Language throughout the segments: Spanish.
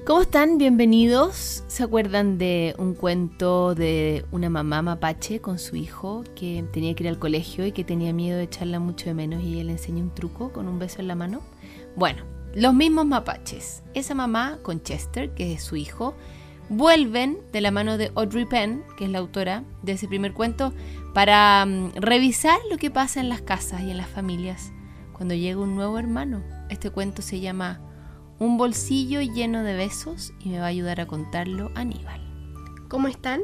¿Cómo están? Bienvenidos. ¿Se acuerdan de un cuento de una mamá mapache con su hijo que tenía que ir al colegio y que tenía miedo de echarla mucho de menos y ella le enseñó un truco con un beso en la mano? Bueno, los mismos mapaches. Esa mamá con Chester, que es su hijo, vuelven de la mano de Audrey Penn, que es la autora de ese primer cuento, para revisar lo que pasa en las casas y en las familias cuando llega un nuevo hermano. Este cuento se llama Un bolsillo lleno de besos y me va a ayudar a contarlo Aníbal. ¿Cómo están?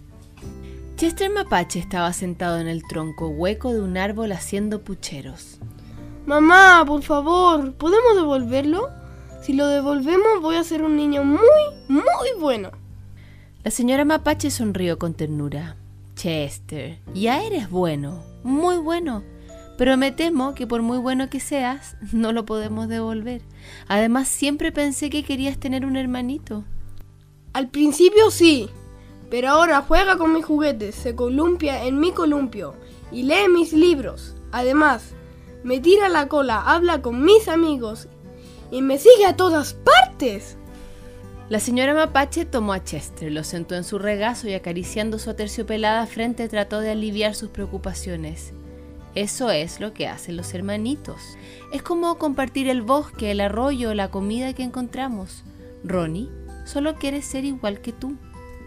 Chester Mapache estaba sentado en el tronco hueco de un árbol haciendo pucheros. Mamá, por favor, ¿podemos devolverlo? Si lo devolvemos voy a ser un niño muy bueno. La señora Mapache sonrió con ternura. Chester, ya eres bueno, muy bueno. Pero me temo que por muy bueno que seas, no lo podemos devolver. Además, siempre pensé que querías tener un hermanito. Al principio sí, pero ahora juega con mis juguetes, se columpia en mi columpio y lee mis libros. Además, me tira la cola, habla con mis amigos y me sigue a todas partes. La señora Mapache tomó a Chester, lo sentó en su regazo y acariciando su aterciopelada frente trató de aliviar sus preocupaciones. Eso es lo que hacen los hermanitos. Es como compartir el bosque, el arroyo, la comida que encontramos. Ronnie solo quiere ser igual que tú.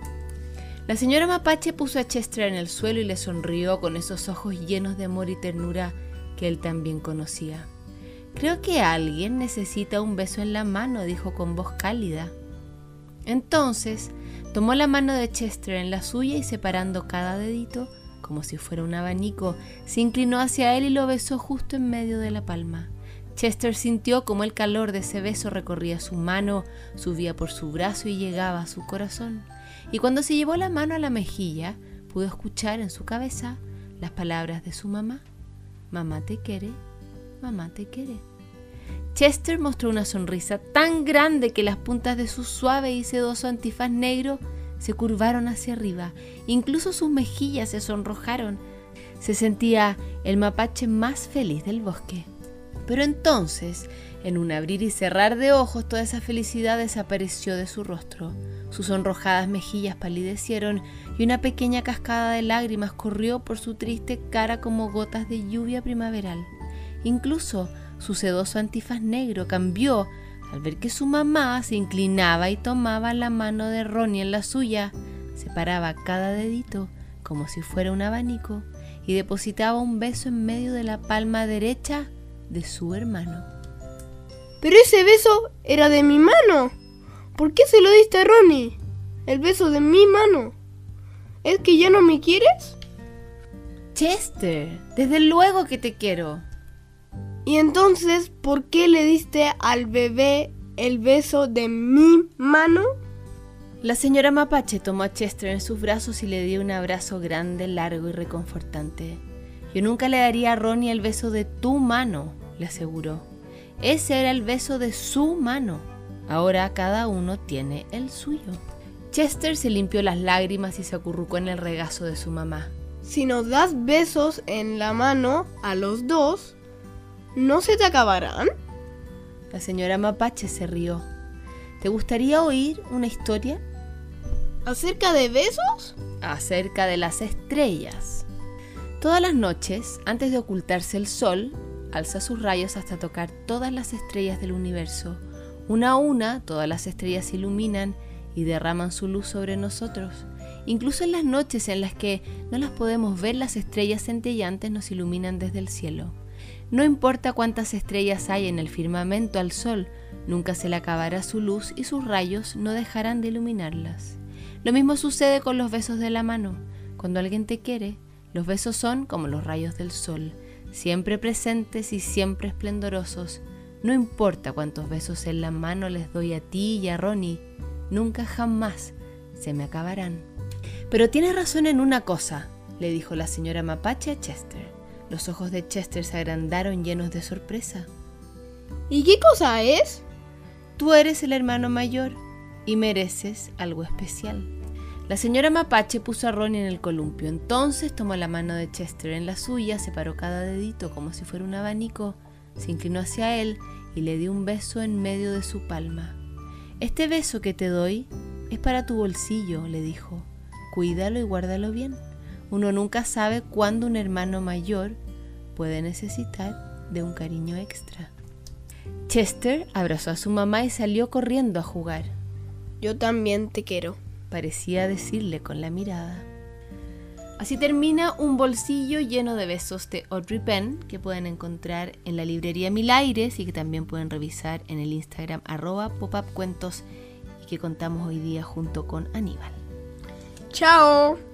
La señora Mapache puso a Chester en el suelo y le sonrió con esos ojos llenos de amor y ternura que él también conocía. Creo que alguien necesita un beso en la mano, dijo con voz cálida. Entonces tomó la mano de Chester en la suya y separando cada dedito, como si fuera un abanico, se inclinó hacia él y lo besó justo en medio de la palma. Chester sintió como el calor de ese beso recorría su mano, subía por su brazo y llegaba a su corazón. Y cuando se llevó la mano a la mejilla, pudo escuchar en su cabeza las palabras de su mamá. Mamá te quiere, mamá te quiere. Chester mostró una sonrisa tan grande que las puntas de su suave y sedoso antifaz negro se curvaron hacia arriba, incluso sus mejillas se sonrojaron. Se sentía el mapache más feliz del bosque. Pero entonces, en un abrir y cerrar de ojos, toda esa felicidad desapareció de su rostro. Sus sonrojadas mejillas palidecieron y una pequeña cascada de lágrimas corrió por su triste cara como gotas de lluvia primaveral. Incluso su sedoso antifaz negro cambió al ver que su mamá se inclinaba y tomaba la mano de Ronnie en la suya, separaba cada dedito como si fuera un abanico y depositaba un beso en medio de la palma derecha de su hermano. Pero ese beso era de mi mano. ¿Por qué se lo diste a Ronnie? El beso de mi mano. ¿Es que ya no me quieres? Chester, desde luego que te quiero. Y entonces, ¿por qué le diste al bebé el beso de mi mano? La señora Mapache tomó a Chester en sus brazos y le dio un abrazo grande, largo y reconfortante. Yo nunca le daría a Ronnie el beso de tu mano, le aseguró. Ese era el beso de su mano. Ahora cada uno tiene el suyo. Chester se limpió las lágrimas y se acurrucó en el regazo de su mamá. Si nos das besos en la mano a los dos, ¿no se te acabarán? La señora Mapache se rió. ¿Te gustaría oír una historia? ¿Acerca de besos? Acerca de las estrellas. Todas las noches, antes de ocultarse el sol, alza sus rayos hasta tocar todas las estrellas del universo. Una a una, todas las estrellas se iluminan y derraman su luz sobre nosotros. Incluso en las noches en las que no las podemos ver, las estrellas centellantes nos iluminan desde el cielo. No importa cuántas estrellas hay en el firmamento al sol, nunca se le acabará su luz y sus rayos no dejarán de iluminarlas. Lo mismo sucede con los besos de la mano. Cuando alguien te quiere, los besos son como los rayos del sol, siempre presentes y siempre esplendorosos. No importa cuántos besos en la mano les doy a ti y a Ronnie, nunca jamás se me acabarán. Pero tienes razón en una cosa, le dijo la señora Mapache a Chester. Los ojos de Chester se agrandaron llenos de sorpresa. ¿Y qué cosa es? Tú eres el hermano mayor y mereces algo especial. La señora Mapache puso a Ronnie en el columpio. Entonces tomó la mano de Chester en la suya, separó cada dedito como si fuera un abanico, se inclinó hacia él y le dio un beso en medio de su palma. Este beso que te doy es para tu bolsillo, le dijo. Cuídalo y guárdalo bien. Uno nunca sabe cuándo un hermano mayor puede necesitar de un cariño extra. Chester abrazó a su mamá y salió corriendo a jugar. Yo también te quiero, parecía decirle con la mirada. Así termina Un bolsillo lleno de besos de Audrey Penn, que pueden encontrar en la librería Mil Aires y que también pueden revisar en el Instagram @popupcuentos y que contamos hoy día junto con Aníbal. ¡Chao!